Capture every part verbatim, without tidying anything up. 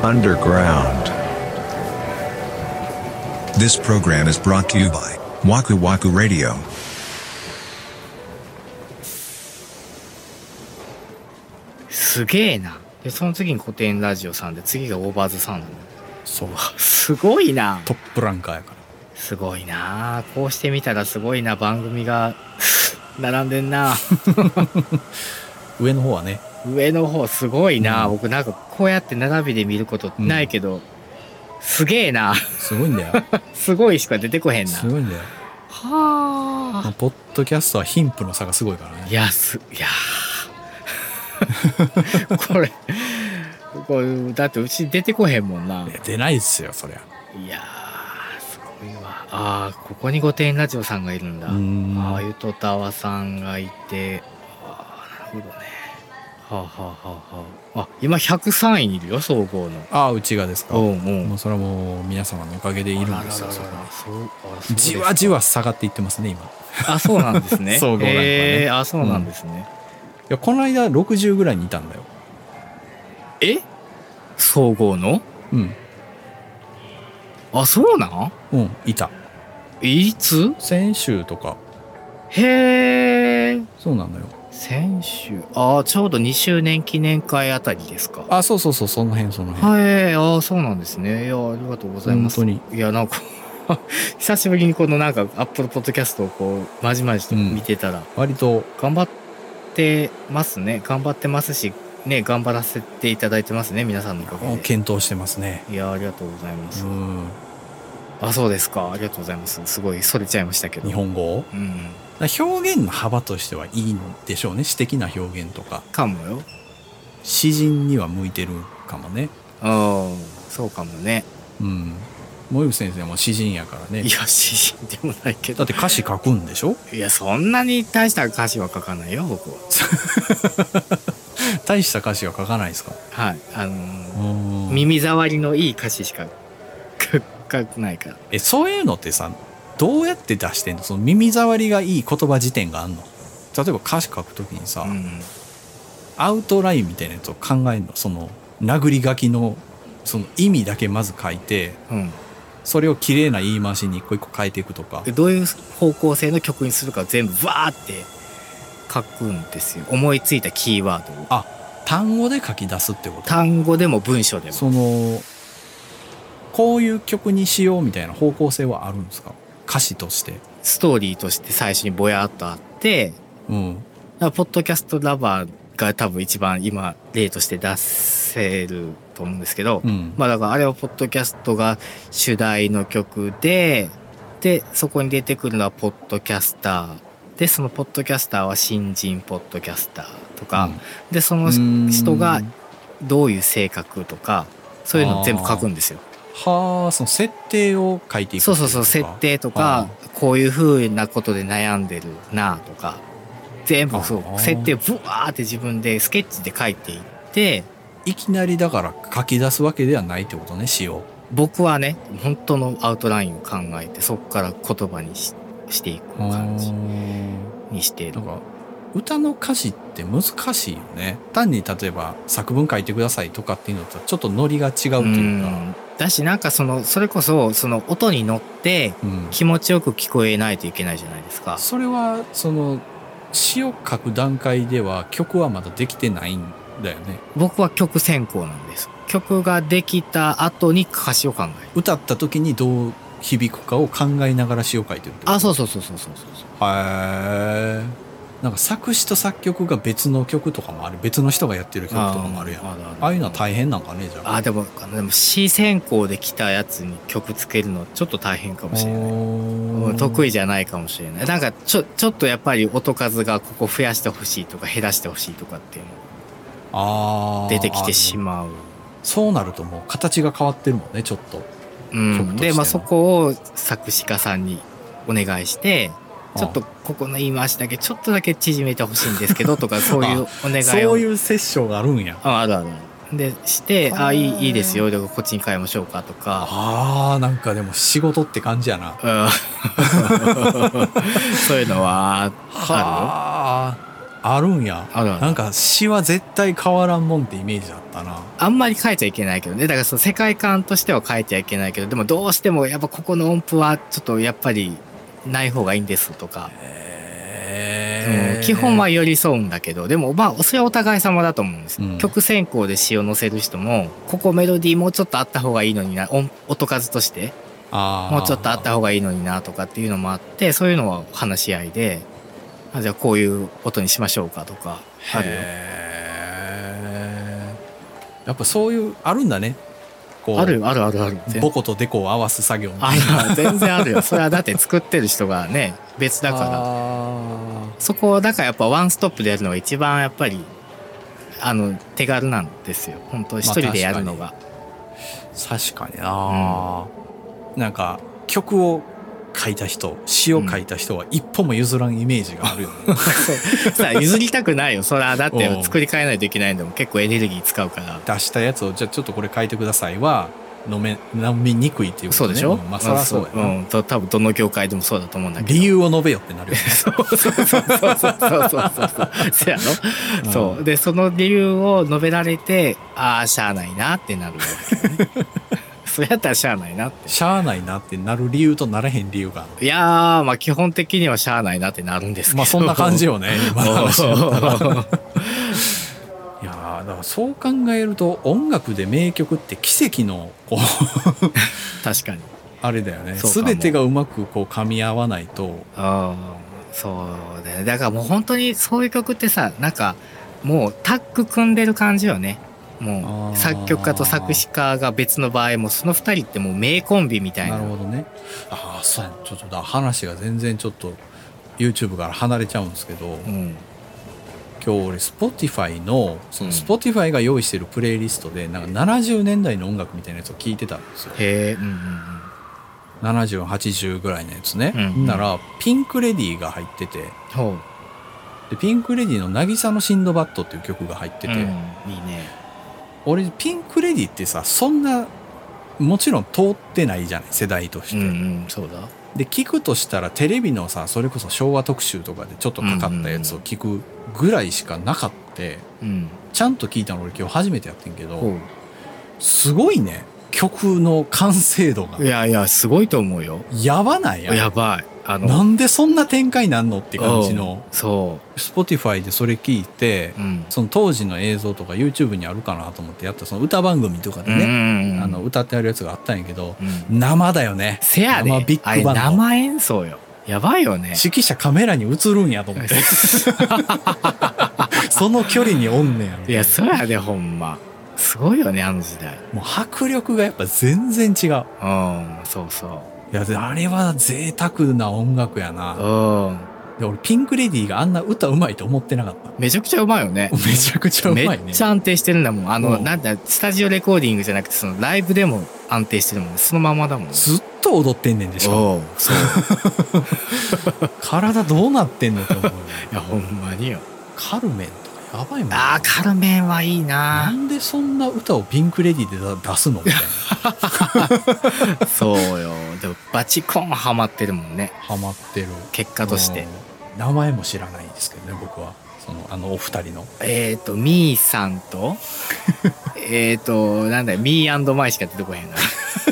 underground. This program is brought to you by Waku Waku Radio. すげえな。でその次に古典ラジオさんで、次がオーバーズさんなの。 そうすごいな。 トップランカーやから。 すごいな。こうしてみたらすごいな。番組が並んでんな。 上の方はね、 上の方すごいな、 うん、 僕なんかこうやって並びで見ることないけど、うん、すげえな。 すごいんだよ。 すごいしか出てこへんな。 すごいんだよ。 はあ。 ポッドキャストは貧富の差がすごいからね。 いやすいやこれこれだってうち出てこへんもんな。 いや出ないっすよそりゃ。 いやすごいわ。ああここに御殿ラジオさんがいるんだ。ああゆとたわさんがいて、ああなるほどね。はあはあはあはあ。あ今ひゃくさんいいるよ総合の。 ああうちがですか。 うんうん。 もうそれはもう皆様のおかげでいるんですよ。 そうじわじわ下がっていってますね今。 あそうなんですね。 総合ランクはね。 えー、あそうなんですね。うん、いやこの間ろくじゅうぐらいにいたんだよ。 え総合の？ うん。 あそうなん？ うんいた。 いつ？ 先週とか。 へえ。そうなんだよ。 先週あちょうどにしゅうねん記念会あたりですか。 あそうそうそうその辺その辺。 はいあそうなんですね。いやありがとうございます。 本当に。 いやなんか久しぶりにこのなんかアップルポッドキャストをこうまじまじと見てたら、うん、 割と頑張ってますね。頑張ってますしね頑張らせていただいてますね皆さんのおかげで。 検討してますね。 いやありがとうございます。 うん。 あそうですかありがとうございます。すごいそれちゃいましたけど。 日本語？ うん。 表現の幅としてはいいんでしょうね。詩的な表現とかかもよ。 詩人には向いてるかもね。 ああそうかもね。 うん森口先生も詩人やからね。 いや詩人でもないけど。 だって歌詞書くんでしょ。 いやそんなに大した歌詞は書かないよ僕は。 大した歌詞は書かないですか。 はいあのー、耳障りのいい歌詞しか書かないから。 えそういうのってさどうやって出してんの？その耳障りがいい言葉辞典があんの？例えば歌詞書くときにさ、うん、アウトラインみたいなやつを考えるの？その殴り書きのその意味だけまず書いて、うん、それを綺麗な言い回しに一個一個変えていくとか。 どういう方向性の曲にするか全部わーって書くんですよ。思いついたキーワードを。 あ単語で書き出すってこと？ 単語でも文章でも。 そのこういう曲にしようみたいな方向性はあるんですか？歌詞としてストーリーとして最初にぼやっとあって、うん、だからポッドキャストラバーが多分一番今例として出せると思うんですけど、うん、まあだからあれはポッドキャストが主題の曲で、でそこに出てくるのはポッドキャスターで、そのポッドキャスターは新人ポッドキャスターとか、うん、でその人がどういう性格とかそういうの全部書くんですよ。 はあ、その設定を書いていく。 そうそうそう、設定とかこういう風なことで悩んでるなとか全部そう設定をブワーって自分でスケッチで書いていって。 いきなりだから書き出すわけではないってことね。詩を僕はね本当のアウトラインを考えてそこから言葉に し, していく感じにしている。 なんか歌の歌詞って難しいよね。単に例えば作文書いてくださいとかっていうのとちょっとノリが違うっていうか、うんだしなんかそのそれこそその音に乗って気持ちよく聞こえないといけないじゃないですか、うん、 それはその詩を書く段階では曲はまだできてないんだよね。 僕は曲先行なんです。曲ができた後に歌詞を考える。 歌った時にどう響くかを考えながら詩を書いてるってこと。 あそうそうそうそうそうそう。 へえ。なんか作詞と作曲が別の曲とかもある。別の人がやってる曲とかもあるやん。 あ, あ, あ, ああいうのは大変なんかね。じゃああでもでも詩先行で来たやつに曲つけるのちょっと大変かもしれない。得意じゃないかもしれない。なんかちょちょっとやっぱり音数がここ増やしてほしいとか減らしてほしいとかっていうの出てきてしまう。 そうなるともう形が変わってるもんねちょっと。 うん、でまあそこを作詞家さんにお願いしてちょっとここの言い回しだけちょっとだけ縮めてほしいんですけどとかそういうお願いをそういうセッションがあるんや。 ああるあるでしてあいいいいですよでこっちに変えましょうかとか。 ああなんかでも仕事って感じやな、うん、 そういうのはあるよ。 はあるんや。 あるある。 なんか詩は絶対変わらんもんってイメージあったな。 あんまり変えちゃいけないけどね。だからその世界観としては変えちゃいけないけど、でもどうしてもやっぱここの音符はちょっとやっぱりない方がいいんですとか。 へー、 うん、基本は寄り添うんだけど、でもまあそれはお互い様だと思うんです、うん、曲選考で詩を載せる人もここメロディーもうちょっとあった方がいいのにな、音, 音数としてもうちょっとあった方がいいのになとかっていうのもあって、そういうのは話し合いで、あ、じゃあこういう音にしましょうかとかあるよ。 へー、やっぱそういうあるんだね。こうあるあるあるある。 ボコとデコを合わす作業みたいな。ある、全然あるよ。それはだって作ってる人がね別だから。そこをだからやっぱワンストップでやるのが一番やっぱりあの手軽なんですよ。本当一人でやるのが。まあ、確かに、確かにな、うん、なんか曲を書いた人、詩を書いた人は一歩も譲らんイメージがあるよね。うん、 さあ譲りたくないよ。それはだって作り変えないといけないんでも結構エネルギー使うから。 出したやつをじゃあちょっとこれ書いてくださいは飲め飲みにくいっていうことね。 そうでしょ。 うん、まあそりゃそうやな。うん、 多分どの業界でもそうだと思うんだけど。 理由を述べよってなるよね。 そうそうそうそうそうそうそうそうせやろ、うん、そうでその理由を述べられて、ああしゃあないなってなるわけね。それやったらしゃあないなって。 しゃあないなってなる理由とならへん理由がある。 いやー、まあ基本的にはしゃあないなってなるんですけど。 まあそんな感じよね。今の話だったら。いやー、だからそう考えると音楽で名曲って奇跡のこう確かにあれだよね。全てがうまくこう噛み合わないと。 ああ、そうだよね。だからもう本当にそういう曲ってさ、なんかもうタッグ組んでる感じよね。もう作曲家と作詞家が別の場合もそのふたりってもう名コンビみたいな。 なるほどね。ああ、そうや。ちょっと話が全然ちょっと YouTube から離れちゃうんですけど、うん、今日俺 Spotify のその Spotify が用意してるプレイリストでなんかななじゅうねんだいの音楽みたいなやつを聞いてたんですよ。 へえ、うんうんうん。 ななじゅう、はちじゅうぐらいのやつね。うんうん、ならピンクレディーが入ってて、 ほうでピンクレディーの渚のシンドバッドっていう曲が入ってて、うん、いいね。 俺ピンクレディってさ、そんなもちろん通ってないじゃない、世代として、うんうん、 そうだ。 で聞くとしたらテレビのさ、それこそ昭和特集とかでちょっとかかったやつを聞くぐらいしかなかった、うん、ちゃんと聞いたの俺今日初めてやってんけど、うん、すごいね、曲の完成度が。 いやいやすごいと思うよ。 やばない？ややばい。あのなんでそんな展開なんのって感じの。 そう Spotify でそれ聞いて、うん、その当時の映像とか YouTube にあるかなと思ってやったその歌番組とかでね、うんうんうん、あの歌ってあるやつがあったんやけど、うん、生だよね。 せやで、 生ビッグバンド、 生演奏よ。やばいよね。 指揮者カメラに映るんやと思ってその距離におんねや。 いやそうやで、ほんますごいよね、あの時代。 もう迫力がやっぱ全然違う。 うん、そうそう。 いやあれは贅沢な音楽やな。うん。で俺ピンクレディーがあんな歌うまいと思ってなかった。 めちゃくちゃうまいよね。 めちゃくちゃうまいね。 めっちゃ安定してるんだもん。あの、うん、なんだスタジオレコーディングじゃなくてそのライブでも安定してるもん。そのままだもん。 ずっと踊ってんねんでしょ。そう体どうなってんのと思うよ。 いやほんまによ。 カルメンやばいもん、ね、 あーカルメンはいいな。 なんでそんな歌をピンクレディーで出すのみたいなそうよ。でもバチコンハマってるもんね。 ハマってる。 結果として名前も知らないですけどね、僕は。そのあのお二人のえっ、ー、とミーさんとえっとなんだよ、ミー&マイしか出てこへんな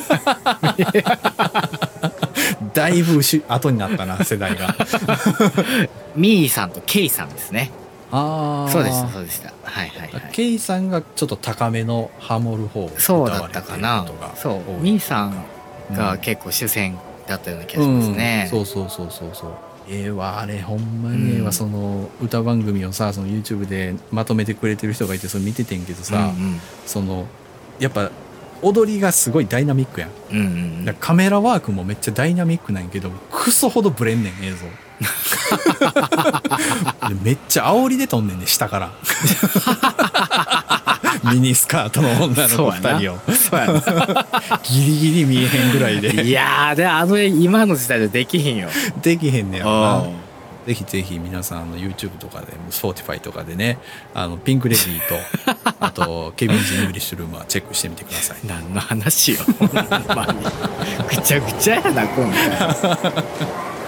だいぶ後になったな世代がミーさんとケイさんですね。 ああ、 そうでしたそうでした。はいはいはい。 ケイさんがちょっと高めのハモる方を歌われていることが多い。そうだったかな。 そう、ミーさんが結構主戦だったような気がしますね。 うんうん、そうそうそうそうそう。ええー、わあれほんまにええわ、うん、その歌番組をさ、その YouTube でまとめてくれてる人がいてそれ見ててんけどさ、うんうん、そのやっぱ踊りがすごいダイナミックやん。うんうんうん、だからカメラワークもめっちゃダイナミックなんやけどクソほどブレんねん映像めっちゃ煽りで撮んねんね、下からミニスカートの女の子ふたりをギリギリ見えへんぐらいで。 いやーであの今の時代でできへんよ。 できへんねやろな。ぜひぜひ皆さんの YouTube とかで Spotify とかでね、あのピンクレディーとあとケビンズ・イングリッシュルームはチェックしてみてください。 何の話よほんまにぐちゃぐちゃやな今回